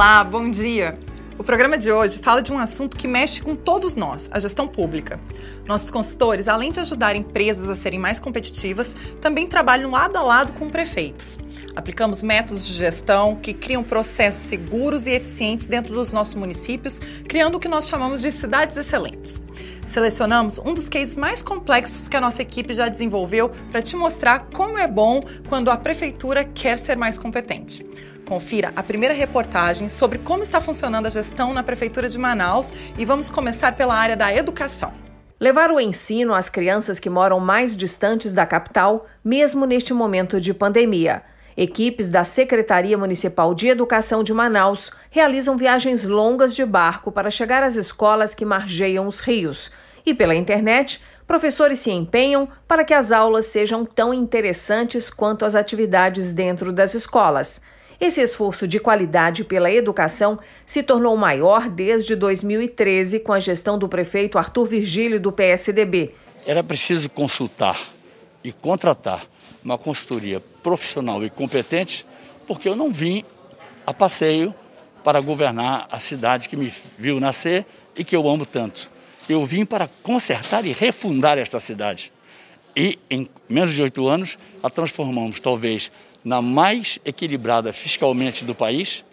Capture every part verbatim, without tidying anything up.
Olá, bom dia! O programa de hoje fala de um assunto que mexe com todos nós, a gestão pública. Nossos consultores, além de ajudar empresas a serem mais competitivas, também trabalham lado a lado com prefeitos. Aplicamos métodos de gestão que criam processos seguros e eficientes dentro dos nossos municípios, criando o que nós chamamos de cidades excelentes. Selecionamos um dos cases mais complexos que a nossa equipe já desenvolveu para te mostrar como é bom quando a prefeitura quer ser mais competente. Confira a primeira reportagem sobre como está funcionando a gestão na Prefeitura de Manaus e vamos começar pela área da educação. Levar o ensino às crianças que moram mais distantes da capital, mesmo neste momento de pandemia. Equipes da Secretaria Municipal de Educação de Manaus realizam viagens longas de barco para chegar às escolas que margeiam os rios. E pela internet, professores se empenham para que as aulas sejam tão interessantes quanto as atividades dentro das escolas. Esse esforço de qualidade pela educação se tornou maior desde dois mil e treze, com a gestão do prefeito Arthur Virgílio, do P S D B. Era preciso consultar e contratar uma consultoria profissional e competente, porque eu não vim a passeio para governar a cidade que me viu nascer e que eu amo tanto. Eu vim para consertar e refundar esta cidade. E em menos de oito anos a transformamos talvez na mais equilibrada fiscalmente do país,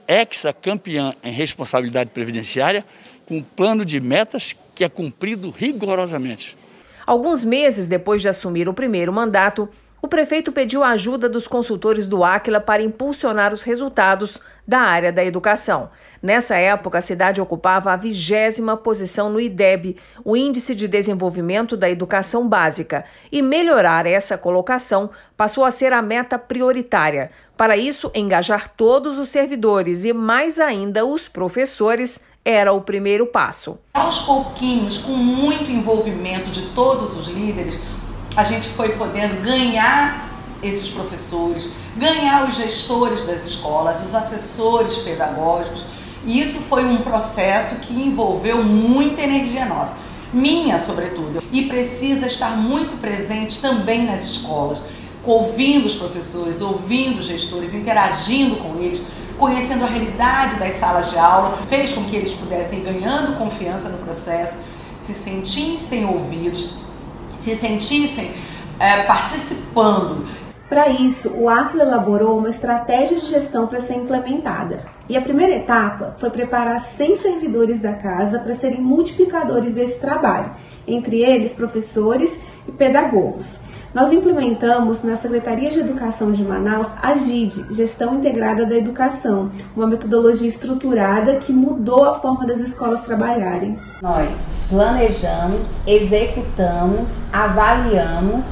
ex-campeã em responsabilidade previdenciária, com um plano de metas que é cumprido rigorosamente. Alguns meses depois de assumir o primeiro mandato, o prefeito pediu a ajuda dos consultores do Áquila para impulsionar os resultados da área da educação. Nessa época, a cidade ocupava a vigésima posição no I D E B, o Índice de Desenvolvimento da Educação Básica, e melhorar essa colocação passou a ser a meta prioritária. Para isso, engajar todos os servidores e, mais ainda, os professores era o primeiro passo. Aos pouquinhos, com muito envolvimento de todos os líderes, a gente foi podendo ganhar esses professores, ganhar os gestores das escolas, os assessores pedagógicos, e isso foi um processo que envolveu muita energia nossa, minha sobretudo, e precisa estar muito presente também nas escolas, ouvindo os professores, ouvindo os gestores, interagindo com eles, conhecendo a realidade das salas de aula, fez com que eles pudessem ir ganhando confiança no processo, se sentissem ouvidos, se sentissem é, participando. Para isso, o Áquila elaborou uma estratégia de gestão para ser implementada. E a primeira etapa foi preparar cem servidores da casa para serem multiplicadores desse trabalho, entre eles professores e pedagogos. Nós implementamos na Secretaria de Educação de Manaus a G I D, Gestão Integrada da Educação, uma metodologia estruturada que mudou a forma das escolas trabalharem. Nós planejamos, executamos, avaliamos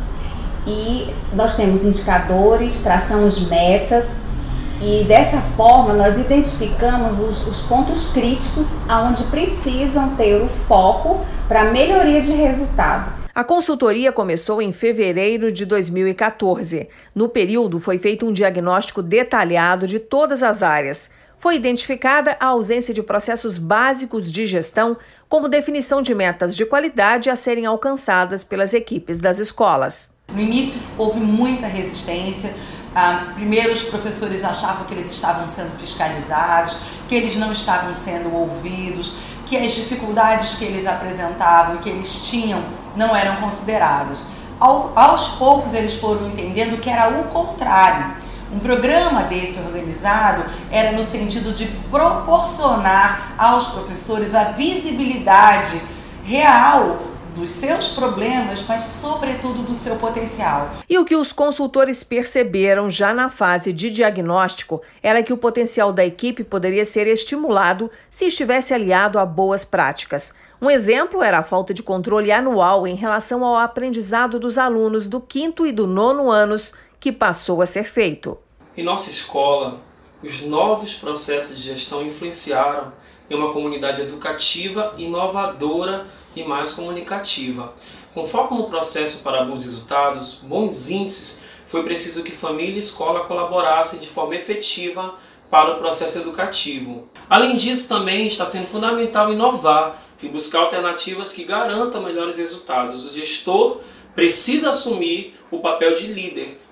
e nós temos indicadores, traçamos metas e dessa forma nós identificamos os, os pontos críticos onde precisam ter o foco para melhoria de resultado. A consultoria começou em fevereiro de dois mil e quatorze. No período, foi feito um diagnóstico detalhado de todas as áreas. Foi identificada a ausência de processos básicos de gestão, como definição de metas de qualidade a serem alcançadas pelas equipes das escolas. No início, houve muita resistência. Ah, primeiro, os professores achavam que eles estavam sendo fiscalizados, que eles não estavam sendo ouvidos, que as dificuldades que eles apresentavam e que eles tinham não eram consideradas. Ao, aos poucos eles foram entendendo que era o contrário. Um programa desse organizado era no sentido de proporcionar aos professores a visibilidade real dos seus problemas, mas sobretudo do seu potencial. E o que os consultores perceberam já na fase de diagnóstico era que o potencial da equipe poderia ser estimulado se estivesse aliado a boas práticas. Um exemplo era a falta de controle anual em relação ao aprendizado dos alunos do quinto e do nono anos, que passou a ser feito. Em nossa escola, os novos processos de gestão influenciaram em uma comunidade educativa, inovadora e mais comunicativa. Com foco no processo para bons resultados, bons índices, foi preciso que família e escola colaborassem de forma efetiva para o processo educativo. Além disso, também está sendo fundamental inovar e buscar alternativas que garantam melhores resultados. O gestor precisa assumir o papel de líder,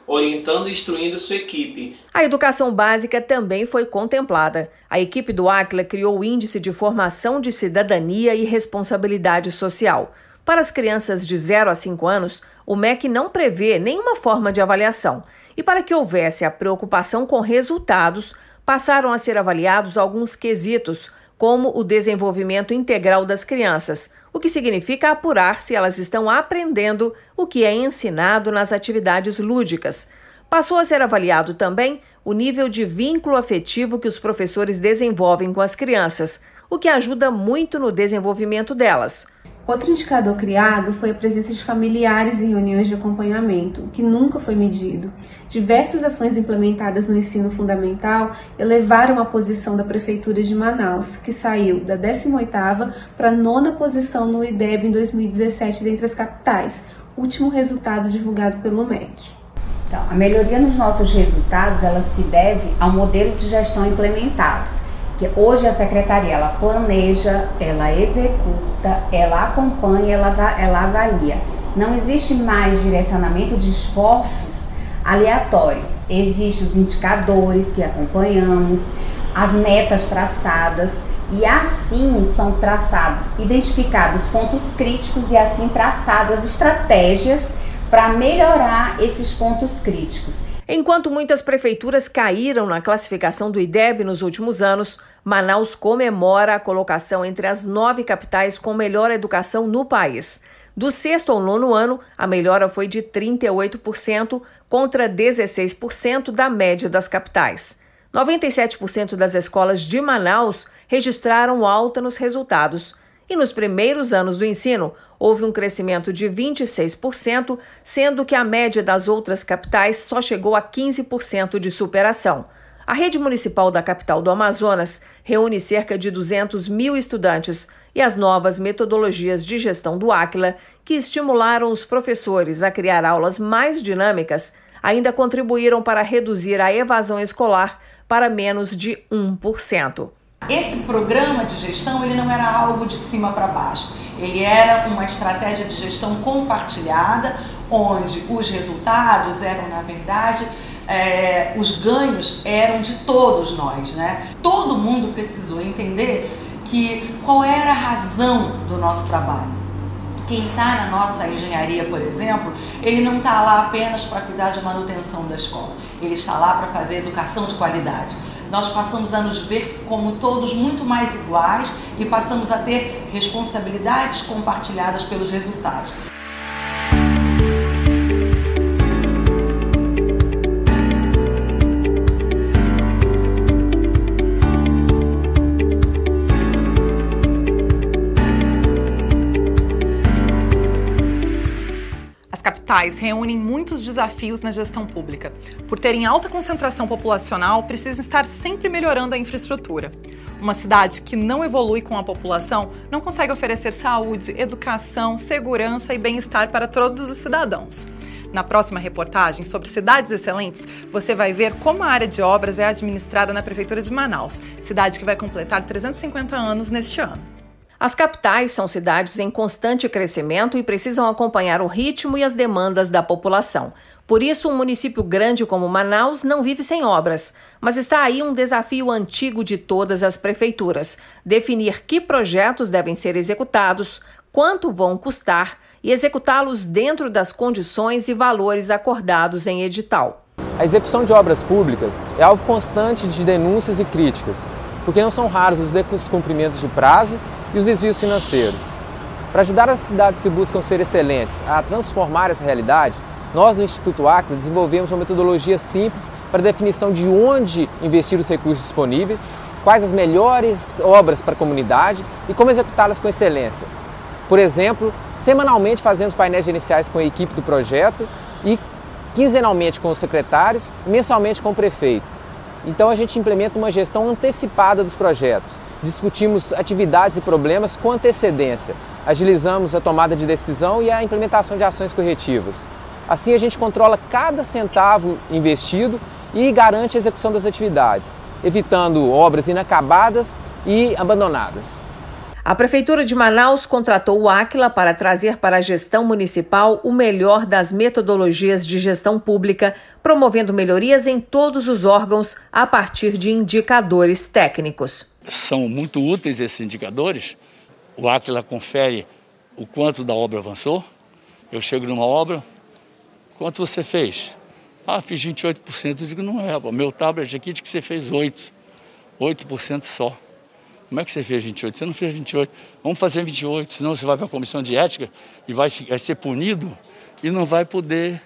orientando e instruindo sua equipe. A educação básica também foi contemplada. A equipe do Áquila criou o Índice de Formação de Cidadania e Responsabilidade Social. Para as crianças de zero a cinco anos, o M E C não prevê nenhuma forma de avaliação. E para que houvesse a preocupação com resultados, passaram a ser avaliados alguns quesitos, como o desenvolvimento integral das crianças, o que significa apurar se elas estão aprendendo o que é ensinado nas atividades lúdicas. Passou a ser avaliado também o nível de vínculo afetivo que os professores desenvolvem com as crianças, o que ajuda muito no desenvolvimento delas. Outro indicador criado foi a presença de familiares em reuniões de acompanhamento, que nunca foi medido. Diversas ações implementadas no ensino fundamental elevaram a posição da Prefeitura de Manaus, que saiu da décima oitava para a nona posição no I D E B em dois mil e dezessete dentre as capitais, último resultado divulgado pelo M E C. Então, a melhoria nos nossos resultados ela se deve ao modelo de gestão implementado. Que hoje a Secretaria ela planeja, ela executa, ela acompanha, ela, ela avalia. Não existe mais direcionamento de esforços aleatórios. Existem os indicadores que acompanhamos, as metas traçadas e assim são traçados, identificados pontos críticos e assim traçadas estratégias para melhorar esses pontos críticos. Enquanto muitas prefeituras caíram na classificação do I D E B nos últimos anos, Manaus comemora a colocação entre as nove capitais com melhor educação no país. Do sexto ao nono ano, a melhora foi de trinta e oito por cento contra dezesseis por cento da média das capitais. noventa e sete por cento das escolas de Manaus registraram alta nos resultados. E nos primeiros anos do ensino, houve um crescimento de vinte e seis por cento, sendo que a média das outras capitais só chegou a quinze por cento de superação. A rede municipal da capital do Amazonas reúne cerca de duzentos mil estudantes e as novas metodologias de gestão do Áquila, que estimularam os professores a criar aulas mais dinâmicas, ainda contribuíram para reduzir a evasão escolar para menos de um por cento. Esse programa de gestão ele não era algo de cima para baixo, ele era uma estratégia de gestão compartilhada, onde os resultados eram, na verdade, é, os ganhos eram de todos nós, né? Todo mundo precisou entender que qual era a razão do nosso trabalho. Quem está na nossa engenharia, por exemplo, ele não está lá apenas para cuidar de manutenção da escola, ele está lá para fazer educação de qualidade. Nós passamos a nos ver como todos muito mais iguais e passamos a ter responsabilidades compartilhadas pelos resultados. As capitais reúnem muitos desafios na gestão pública. Por terem alta concentração populacional, precisam estar sempre melhorando a infraestrutura. Uma cidade que não evolui com a população não consegue oferecer saúde, educação, segurança e bem-estar para todos os cidadãos. Na próxima reportagem sobre cidades excelentes, você vai ver como a área de obras é administrada na Prefeitura de Manaus, cidade que vai completar trezentos e cinquenta anos neste ano. As capitais são cidades em constante crescimento e precisam acompanhar o ritmo e as demandas da população. Por isso, um município grande como Manaus não vive sem obras. Mas está aí um desafio antigo de todas as prefeituras: definir que projetos devem ser executados, quanto vão custar e executá-los dentro das condições e valores acordados em edital. A execução de obras públicas é alvo constante de denúncias e críticas, porque não são raros os descumprimentos de prazo e os desvios financeiros. Para ajudar as cidades que buscam ser excelentes a transformar essa realidade, nós no Instituto Áquila desenvolvemos uma metodologia simples para a definição de onde investir os recursos disponíveis, quais as melhores obras para a comunidade e como executá-las com excelência. Por exemplo, semanalmente fazemos painéis gerenciais com a equipe do projeto e quinzenalmente com os secretários e mensalmente com o prefeito. Então a gente implementa uma gestão antecipada dos projetos. Discutimos atividades e problemas com antecedência, agilizamos a tomada de decisão e a implementação de ações corretivas. Assim a gente controla cada centavo investido e garante a execução das atividades, evitando obras inacabadas e abandonadas. A Prefeitura de Manaus contratou o Áquila para trazer para a gestão municipal o melhor das metodologias de gestão pública, promovendo melhorias em todos os órgãos a partir de indicadores técnicos. São muito úteis esses indicadores. O Áquila confere o quanto da obra avançou. Eu chego numa obra, quanto você fez? Ah, fiz vinte e oito por cento. Eu digo, não é, o meu tablet aqui diz que você fez oito por cento. oito por cento só. Como é que você fez vinte e oito por cento? Você não fez vinte e oito por cento. Vamos fazer vinte e oito por cento, senão você vai para a comissão de ética e vai, vai ser punido e não vai poder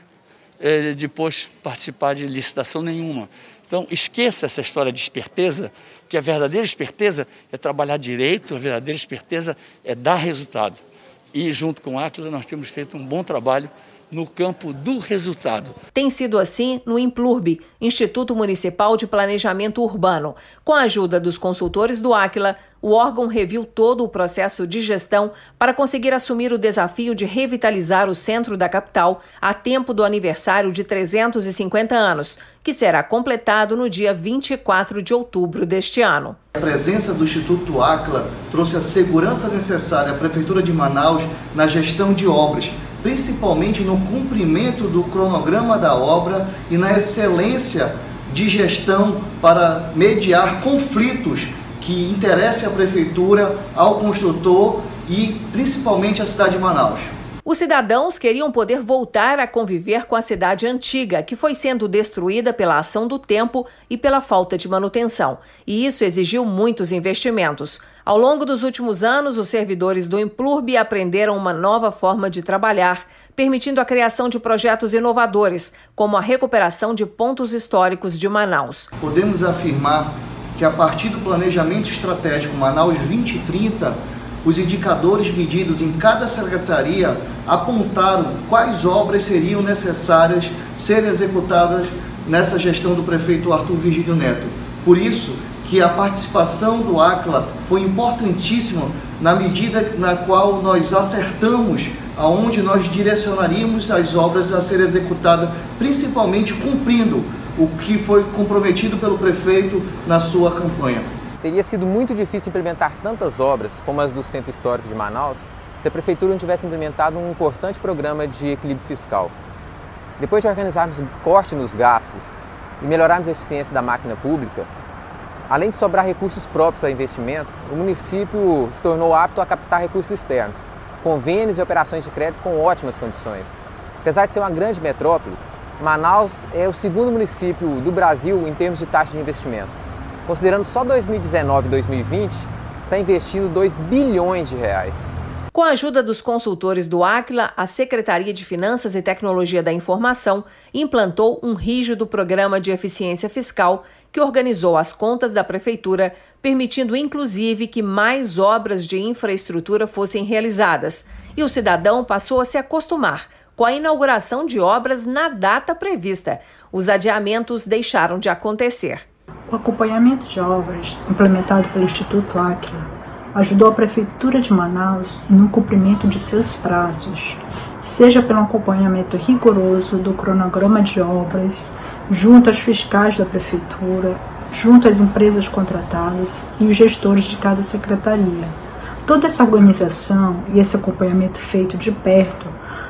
é, depois participar de licitação nenhuma. Então, esqueça essa história de esperteza, porque a verdadeira esperteza é trabalhar direito, a verdadeira esperteza é dar resultado. E, junto com a Áquila, nós temos feito um bom trabalho no campo do resultado. Tem sido assim no IMPLURB, Instituto Municipal de Planejamento Urbano. Com a ajuda dos consultores do Áquila, o órgão reviu todo o processo de gestão para conseguir assumir o desafio de revitalizar o centro da capital a tempo do aniversário de trezentos e cinquenta anos, que será completado no dia vinte e quatro de outubro deste ano. A presença do Instituto Áquila trouxe a segurança necessária à Prefeitura de Manaus na gestão de obras, principalmente no cumprimento do cronograma da obra e na excelência de gestão para mediar conflitos que interessem a Prefeitura, ao construtor e principalmente a cidade de Manaus. Os cidadãos queriam poder voltar a conviver com a cidade antiga, que foi sendo destruída pela ação do tempo e pela falta de manutenção. E isso exigiu muitos investimentos. Ao longo dos últimos anos, os servidores do IMPLURB aprenderam uma nova forma de trabalhar, permitindo a criação de projetos inovadores, como a recuperação de pontos históricos de Manaus. Podemos afirmar que a partir do planejamento estratégico Manaus vinte trinta, os indicadores medidos em cada secretaria apontaram quais obras seriam necessárias serem executadas nessa gestão do prefeito Arthur Virgílio Neto. Por isso que a participação do Áquila foi importantíssima na medida na qual nós acertamos aonde nós direcionaríamos as obras a serem executadas, principalmente cumprindo o que foi comprometido pelo prefeito na sua campanha. Teria sido muito difícil implementar tantas obras como as do Centro Histórico de Manaus se a Prefeitura não tivesse implementado um importante programa de equilíbrio fiscal. Depois de organizarmos um corte nos gastos e melhorarmos a eficiência da máquina pública, além de sobrar recursos próprios para investimento, o município se tornou apto a captar recursos externos, convênios e operações de crédito com ótimas condições. Apesar de ser uma grande metrópole, Manaus é o segundo município do Brasil em termos de taxa de investimento. Considerando só dois mil e dezenove e dois mil e vinte, está investindo dois bilhões de reais. Com a ajuda dos consultores do Áquila, a Secretaria de Finanças e Tecnologia da Informação implantou um rígido programa de eficiência fiscal que organizou as contas da Prefeitura, permitindo inclusive que mais obras de infraestrutura fossem realizadas. E o cidadão passou a se acostumar com a inauguração de obras na data prevista. Os adiamentos deixaram de acontecer. O acompanhamento de obras implementado pelo Instituto Áquila ajudou a Prefeitura de Manaus no cumprimento de seus prazos, seja pelo acompanhamento rigoroso do cronograma de obras, junto aos fiscais da Prefeitura, junto às empresas contratadas e os gestores de cada secretaria. Toda essa organização e esse acompanhamento feito de perto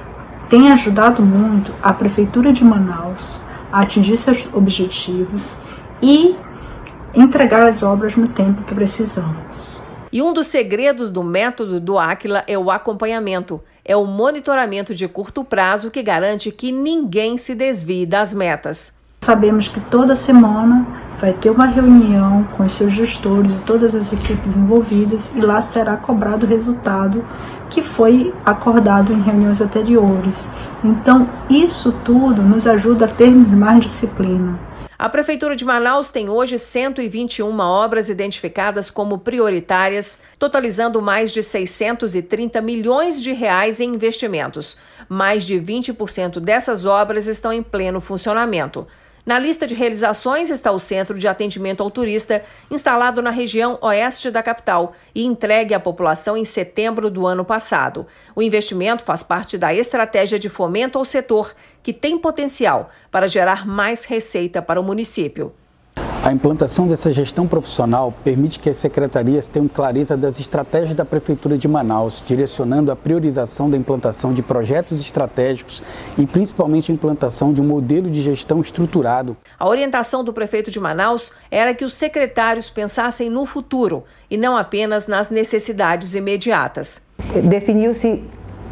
tem ajudado muito a Prefeitura de Manaus a atingir seus objetivos e entregar as obras no tempo que precisamos. E um dos segredos do método do Áquila é o acompanhamento, é o monitoramento de curto prazo que garante que ninguém se desvie das metas. Sabemos que toda semana vai ter uma reunião com os seus gestores e todas as equipes envolvidas e lá será cobrado o resultado que foi acordado em reuniões anteriores. Então, isso tudo nos ajuda a termos mais disciplina. A Prefeitura de Manaus tem hoje cento e vinte e uma obras identificadas como prioritárias, totalizando mais de seiscentos e trinta milhões de reais em investimentos. Mais de vinte por cento dessas obras estão em pleno funcionamento. Na lista de realizações está o Centro de Atendimento ao Turista, instalado na região oeste da capital e entregue à população em setembro do ano passado. O investimento faz parte da estratégia de fomento ao setor, que tem potencial para gerar mais receita para o município. A implantação dessa gestão profissional permite que as secretarias tenham clareza das estratégias da Prefeitura de Manaus, direcionando a priorização da implantação de projetos estratégicos e principalmente a implantação de um modelo de gestão estruturado. A orientação do prefeito de Manaus era que os secretários pensassem no futuro e não apenas nas necessidades imediatas. Definiu-se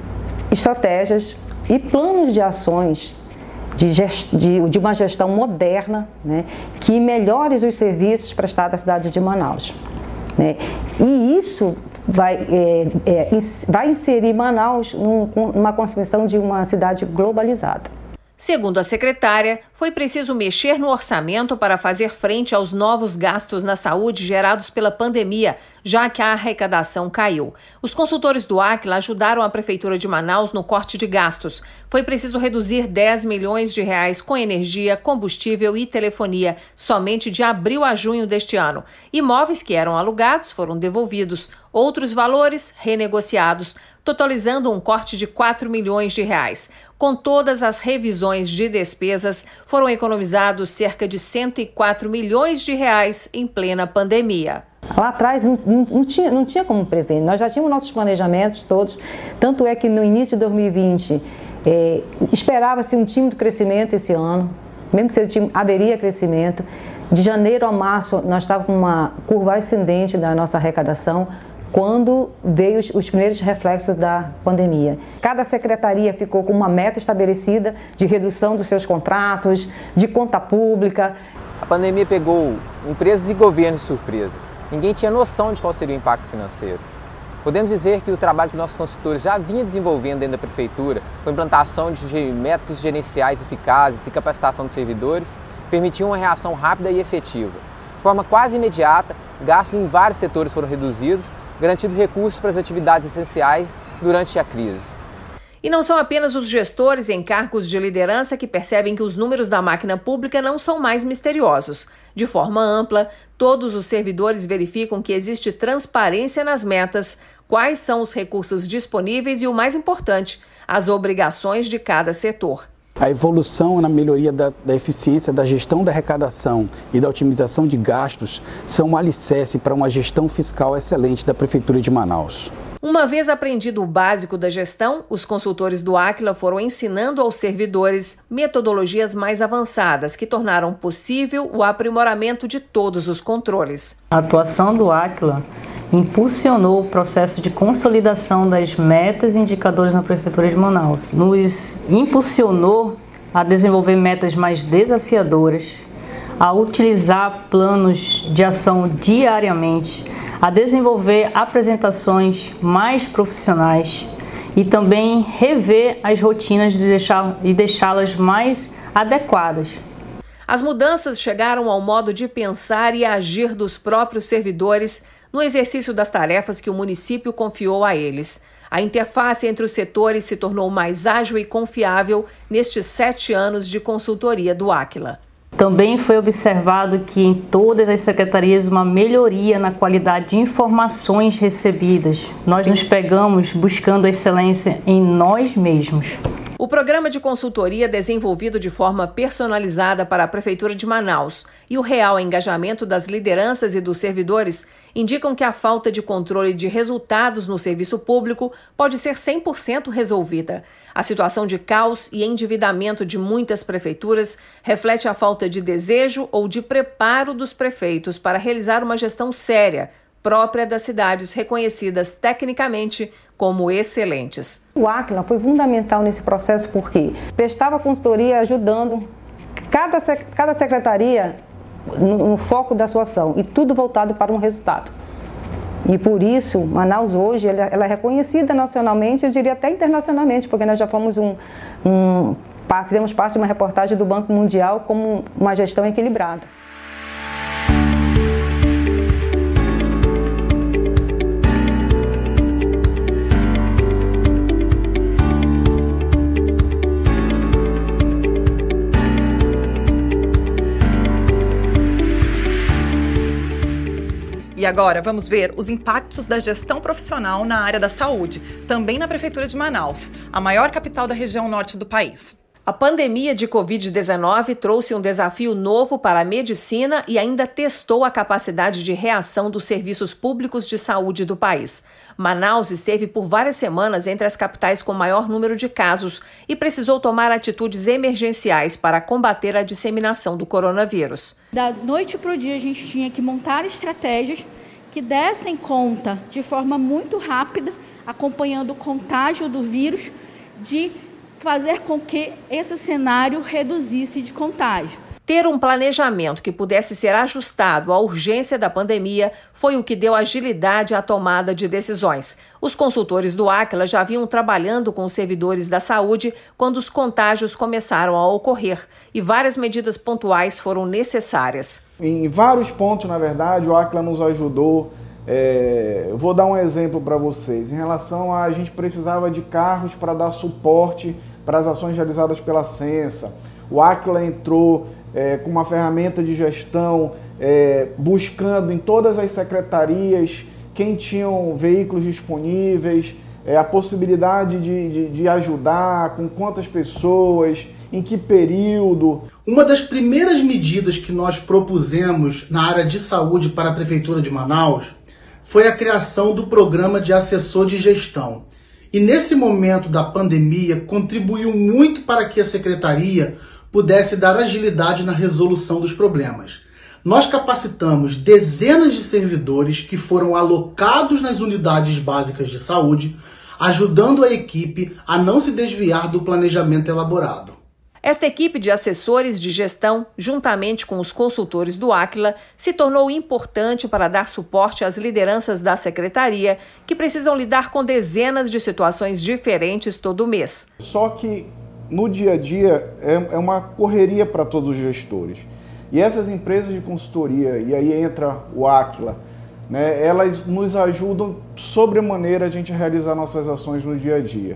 estratégias e planos de ações De, gest, de, de uma gestão moderna, né, que melhore os serviços prestados à cidade de Manaus. Né? E isso vai, é, é, vai inserir Manaus num, numa concepção de uma cidade globalizada. Segundo a secretária, foi preciso mexer no orçamento para fazer frente aos novos gastos na saúde gerados pela pandemia, já que a arrecadação caiu. Os consultores do Áquila ajudaram a Prefeitura de Manaus no corte de gastos. Foi preciso reduzir dez milhões de reais com energia, combustível e telefonia, somente de abril a junho deste ano. Imóveis que eram alugados foram devolvidos, outros valores renegociados, totalizando um corte de quatro milhões de reais. Com todas as revisões de despesas, foram economizados cerca de cento e quatro milhões de reais em plena pandemia. Lá atrás não, não, não, tinha, não tinha como prever, nós já tínhamos nossos planejamentos todos, tanto é que no início de dois mil e vinte é, esperava-se um tímido crescimento esse ano, mesmo que seja, haveria crescimento. De janeiro a março nós estávamos com uma curva ascendente da nossa arrecadação, quando veio os, os primeiros reflexos da pandemia. Cada secretaria ficou com uma meta estabelecida de redução dos seus contratos, de conta pública. A pandemia pegou empresas e governos de surpresa. Ninguém tinha noção de qual seria o impacto financeiro. Podemos dizer que o trabalho que nossos consultores já vinham desenvolvendo dentro da Prefeitura, com a implantação de métodos gerenciais eficazes e capacitação de servidores, permitiu uma reação rápida e efetiva. De forma quase imediata, gastos em vários setores foram reduzidos, garantindo recursos para as atividades essenciais durante a crise. E não são apenas os gestores em cargos de liderança que percebem que os números da máquina pública não são mais misteriosos. De forma ampla, todos os servidores verificam que existe transparência nas metas, quais são os recursos disponíveis e, o mais importante, as obrigações de cada setor. A evolução na melhoria da, da eficiência da gestão da arrecadação e da otimização de gastos são um alicerce para uma gestão fiscal excelente da Prefeitura de Manaus. Uma vez aprendido o básico da gestão, os consultores do Áquila foram ensinando aos servidores metodologias mais avançadas que tornaram possível o aprimoramento de todos os controles. A atuação do Áquila impulsionou o processo de consolidação das metas e indicadores na Prefeitura de Manaus. Nos impulsionou a desenvolver metas mais desafiadoras, a utilizar planos de ação diariamente, a desenvolver apresentações mais profissionais e também rever as rotinas de deixar, e deixá-las mais adequadas. As mudanças chegaram ao modo de pensar e agir dos próprios servidores no exercício das tarefas que o município confiou a eles. A interface entre os setores se tornou mais ágil e confiável nestes sete anos de consultoria do Áquila. Também foi observado que em todas as secretarias uma melhoria na qualidade de informações recebidas. Nós nos pegamos buscando excelência em nós mesmos. O programa de consultoria desenvolvido de forma personalizada para a Prefeitura de Manaus e o real engajamento das lideranças e dos servidores indicam que a falta de controle de resultados no serviço público pode ser cem por cento resolvida. A situação de caos e endividamento de muitas prefeituras reflete a falta de desejo ou de preparo dos prefeitos para realizar uma gestão séria, própria das cidades reconhecidas tecnicamente como excelentes. O Áquila foi fundamental nesse processo porque prestava consultoria ajudando cada, cada secretaria no, no foco da sua ação e tudo voltado para um resultado. E por isso, Manaus hoje ela, ela é reconhecida nacionalmente, eu diria até internacionalmente, porque nós já fomos um, um, fizemos parte de uma reportagem do Banco Mundial como uma gestão equilibrada. E agora vamos ver os impactos da gestão profissional na área da saúde, também na Prefeitura de Manaus, a maior capital da região norte do país. A pandemia de covid dezenove trouxe um desafio novo para a medicina e ainda testou a capacidade de reação dos serviços públicos de saúde do país. Manaus esteve por várias semanas entre as capitais com maior número de casos e precisou tomar atitudes emergenciais para combater a disseminação do coronavírus. Da noite para o dia, a gente tinha que montar estratégias que dessem conta de forma muito rápida, acompanhando o contágio do vírus, de fazer com que esse cenário reduzisse de contágio. Ter um planejamento que pudesse ser ajustado à urgência da pandemia foi o que deu agilidade à tomada de decisões. Os consultores do Áquila já vinham trabalhando com os servidores da saúde quando os contágios começaram a ocorrer e várias medidas pontuais foram necessárias. Em vários pontos, na verdade, o Áquila nos ajudou. É, eu vou dar um exemplo para vocês. Em relação a a gente precisava de carros para dar suporte para as ações realizadas pela Censa. O Áquila entrou é, com uma ferramenta de gestão, é, buscando em todas as secretarias quem tinham veículos disponíveis, é, a possibilidade de, de, de ajudar, com quantas pessoas, em que período. Uma das primeiras medidas que nós propusemos na área de saúde para a Prefeitura de Manaus foi a criação do programa de assessor de gestão. E nesse momento da pandemia, contribuiu muito para que a Secretaria pudesse dar agilidade na resolução dos problemas. Nós capacitamos dezenas de servidores que foram alocados nas unidades básicas de saúde, ajudando a equipe a não se desviar do planejamento elaborado. Esta equipe de assessores de gestão, juntamente com os consultores do Áquila, se tornou importante para dar suporte às lideranças da secretaria, que precisam lidar com dezenas de situações diferentes todo mês. Só que no dia a dia é uma correria para todos os gestores. E essas empresas de consultoria, e aí entra o Áquila, né, elas nos ajudam sobremaneira a gente realizar nossas ações no dia a dia.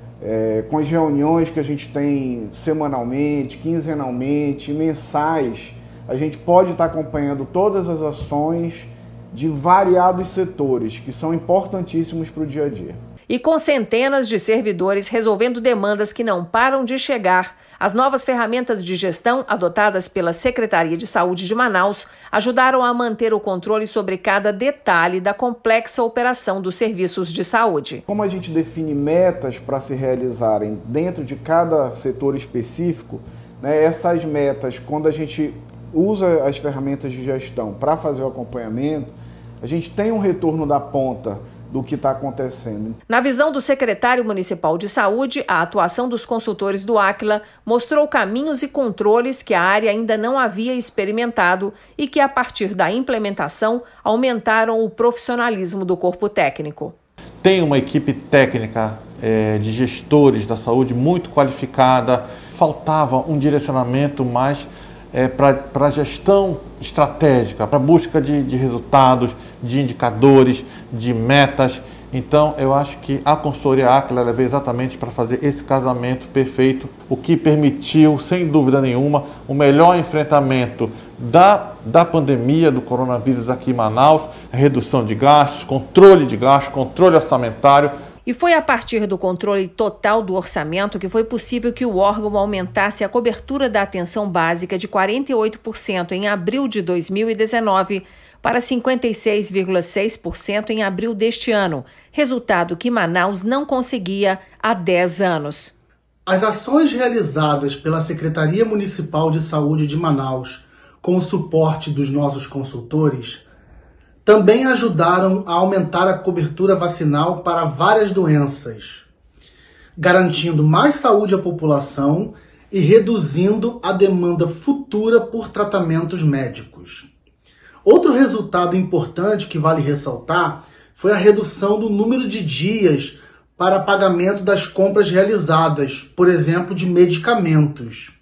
É, com as reuniões que a gente tem semanalmente, quinzenalmente, mensais, a gente pode estar acompanhando todas as ações de variados setores que são importantíssimos para o dia a dia. E com centenas de servidores resolvendo demandas que não param de chegar, as novas ferramentas de gestão adotadas pela Secretaria de Saúde de Manaus ajudaram a manter o controle sobre cada detalhe da complexa operação dos serviços de saúde. Como a gente define metas para se realizarem dentro de cada setor específico, né, essas metas, quando a gente usa as ferramentas de gestão para fazer o acompanhamento, a gente tem um retorno da ponta do que está acontecendo. Na visão do secretário municipal de saúde, a atuação dos consultores do Áquila mostrou caminhos e controles que a área ainda não havia experimentado e que, a partir da implementação, aumentaram o profissionalismo do corpo técnico. Tem uma equipe técnica é, de gestores da saúde muito qualificada. Faltava um direcionamento mais É, para a gestão estratégica, para a busca de, de resultados, de indicadores, de metas. Então, eu acho que a consultoria Áquila veio exatamente para fazer esse casamento perfeito, o que permitiu, sem dúvida nenhuma, o melhor enfrentamento da, da pandemia do coronavírus aqui em Manaus, a redução de gastos, controle de gastos, controle orçamentário. E foi a partir do controle total do orçamento que foi possível que o órgão aumentasse a cobertura da atenção básica de quarenta e oito por cento em abril de dois mil e dezenove para cinquenta e seis vírgula seis por cento em abril deste ano, resultado que Manaus não conseguia há dez anos. As ações realizadas pela Secretaria Municipal de Saúde de Manaus, com o suporte dos nossos consultores, também ajudaram a aumentar a cobertura vacinal para várias doenças, garantindo mais saúde à população e reduzindo a demanda futura por tratamentos médicos. Outro resultado importante que vale ressaltar foi a redução do número de dias para pagamento das compras realizadas, por exemplo, de medicamentos,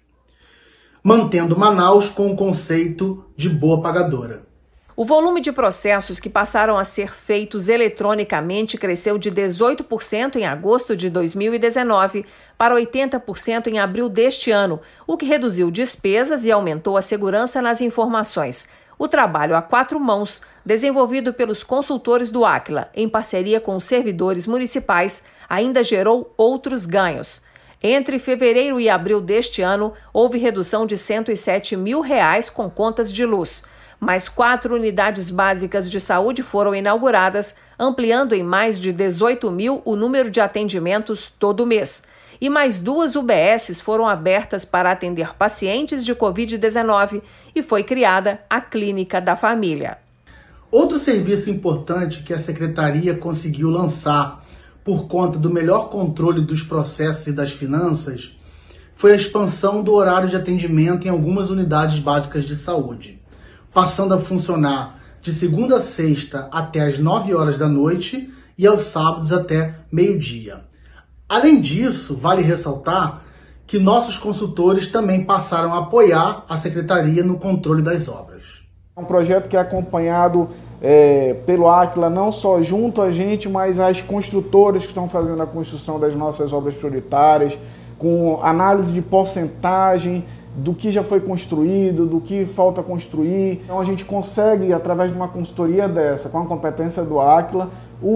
mantendo Manaus com o conceito de boa pagadora. O volume de processos que passaram a ser feitos eletronicamente cresceu de dezoito por cento em agosto de dois mil e dezenove para oitenta por cento em abril deste ano, o que reduziu despesas e aumentou a segurança nas informações. O trabalho a quatro mãos, desenvolvido pelos consultores do Áquila, em parceria com os servidores municipais, ainda gerou outros ganhos. Entre fevereiro e abril deste ano, houve redução de cento e sete mil reais com contas de luz. Mais quatro unidades básicas de saúde foram inauguradas, ampliando em mais de dezoito mil o número de atendimentos todo mês. E mais duas U B Ss foram abertas para atender pacientes de covid dezenove e foi criada a Clínica da Família. Outro serviço importante que a Secretaria conseguiu lançar por conta do melhor controle dos processos e das finanças foi a expansão do horário de atendimento em algumas unidades básicas de saúde, passando a funcionar de segunda a sexta até as nove horas da noite e aos sábados até meio-dia. Além disso, vale ressaltar que nossos consultores também passaram a apoiar a Secretaria no controle das obras. É um projeto que é acompanhado é, pelo Aquila, não só junto a gente, mas as construtoras que estão fazendo a construção das nossas obras prioritárias, com análise de porcentagem do que já foi construído, do que falta construir. Então a gente consegue, através de uma consultoria dessa, com a competência do Aquila,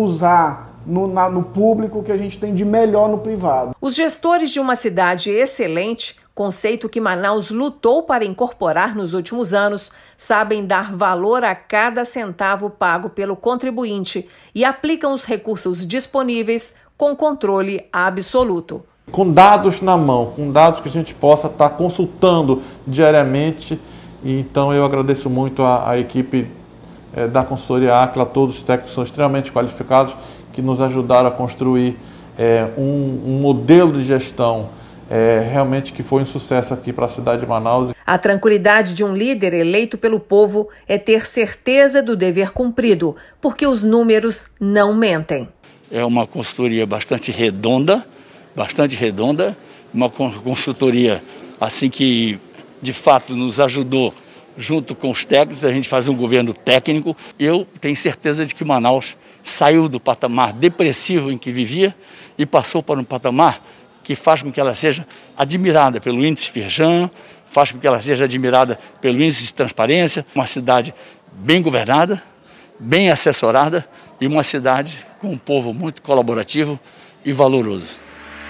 usar No, na, no público o que a gente tem de melhor no privado. Os gestores de uma cidade excelente, conceito que Manaus lutou para incorporar nos últimos anos, sabem dar valor a cada centavo pago pelo contribuinte e aplicam os recursos disponíveis com controle absoluto. Com dados na mão, com dados que a gente possa estar consultando diariamente. E então eu agradeço muito a, a equipe é, da consultoria Aquila, todos os técnicos são extremamente qualificados, que nos ajudaram a construir é, um, um modelo de gestão é, realmente que foi um sucesso aqui para a cidade de Manaus. A tranquilidade de um líder eleito pelo povo é ter certeza do dever cumprido, porque os números não mentem. É uma consultoria bastante redonda, bastante redonda, uma consultoria assim que de fato nos ajudou junto com os técnicos, a gente faz um governo técnico. Eu tenho certeza de que Manaus saiu do patamar depressivo em que vivia e passou para um patamar que faz com que ela seja admirada pelo índice Firjan, faz com que ela seja admirada pelo índice de transparência, uma cidade bem governada, bem assessorada e uma cidade com um povo muito colaborativo e valoroso.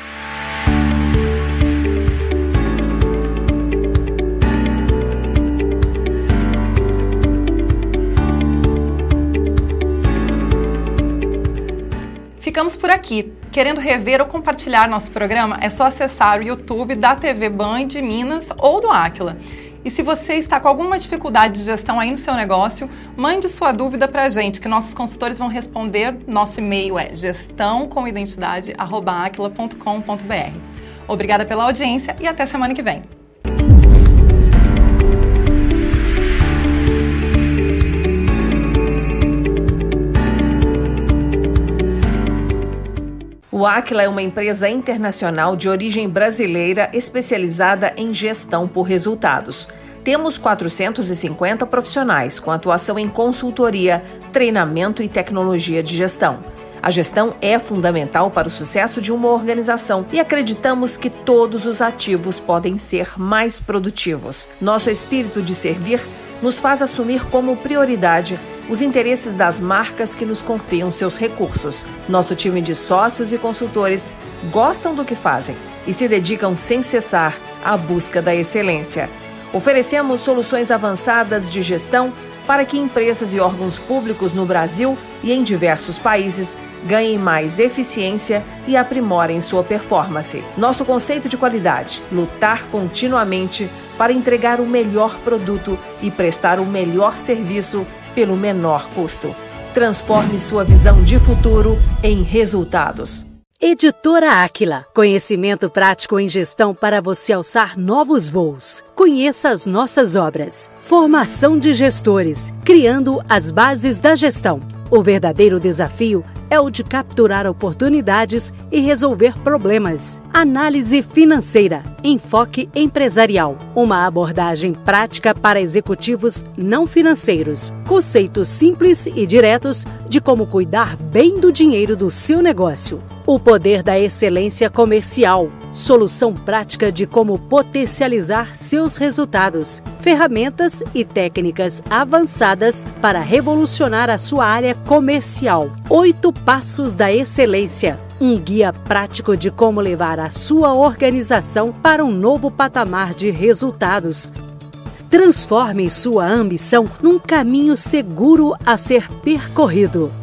Ficamos por aqui. Querendo rever ou compartilhar nosso programa, é só acessar o YouTube da T V Band de Minas ou do Aquila. E se você está com alguma dificuldade de gestão aí no seu negócio, mande sua dúvida para a gente, que nossos consultores vão responder. Nosso e-mail é gestão com identidade arroba aquila ponto com ponto br. Obrigada pela audiência e até semana que vem. O Aquila é uma empresa internacional de origem brasileira especializada em gestão por resultados. Temos quatrocentos e cinquenta profissionais com atuação em consultoria, treinamento e tecnologia de gestão. A gestão é fundamental para o sucesso de uma organização e acreditamos que todos os ativos podem ser mais produtivos. Nosso espírito de servir nos faz assumir como prioridade os interesses das marcas que nos confiam seus recursos. Nosso time de sócios e consultores gostam do que fazem e se dedicam sem cessar à busca da excelência. Oferecemos soluções avançadas de gestão para que empresas e órgãos públicos no Brasil e em diversos países ganhem mais eficiência e aprimorem sua performance. Nosso conceito de qualidade: lutar continuamente para entregar o melhor produto e prestar o melhor serviço pelo menor custo. Transforme sua visão de futuro em resultados. Editora Aquila. Conhecimento prático em gestão para você alçar novos voos. Conheça as nossas obras. Formação de gestores, criando as bases da gestão. O verdadeiro desafio é o de capturar oportunidades e resolver problemas. Análise financeira, enfoque empresarial, uma abordagem prática para executivos não financeiros. Conceitos simples e diretos de como cuidar bem do dinheiro do seu negócio. O poder da excelência comercial, solução prática de como potencializar seus resultados. Ferramentas e técnicas avançadas para revolucionar a sua área comercial. Oito passos da excelência. um guia prático de como levar a sua organização para um novo patamar de resultados. Transforme sua ambição num caminho seguro a ser percorrido.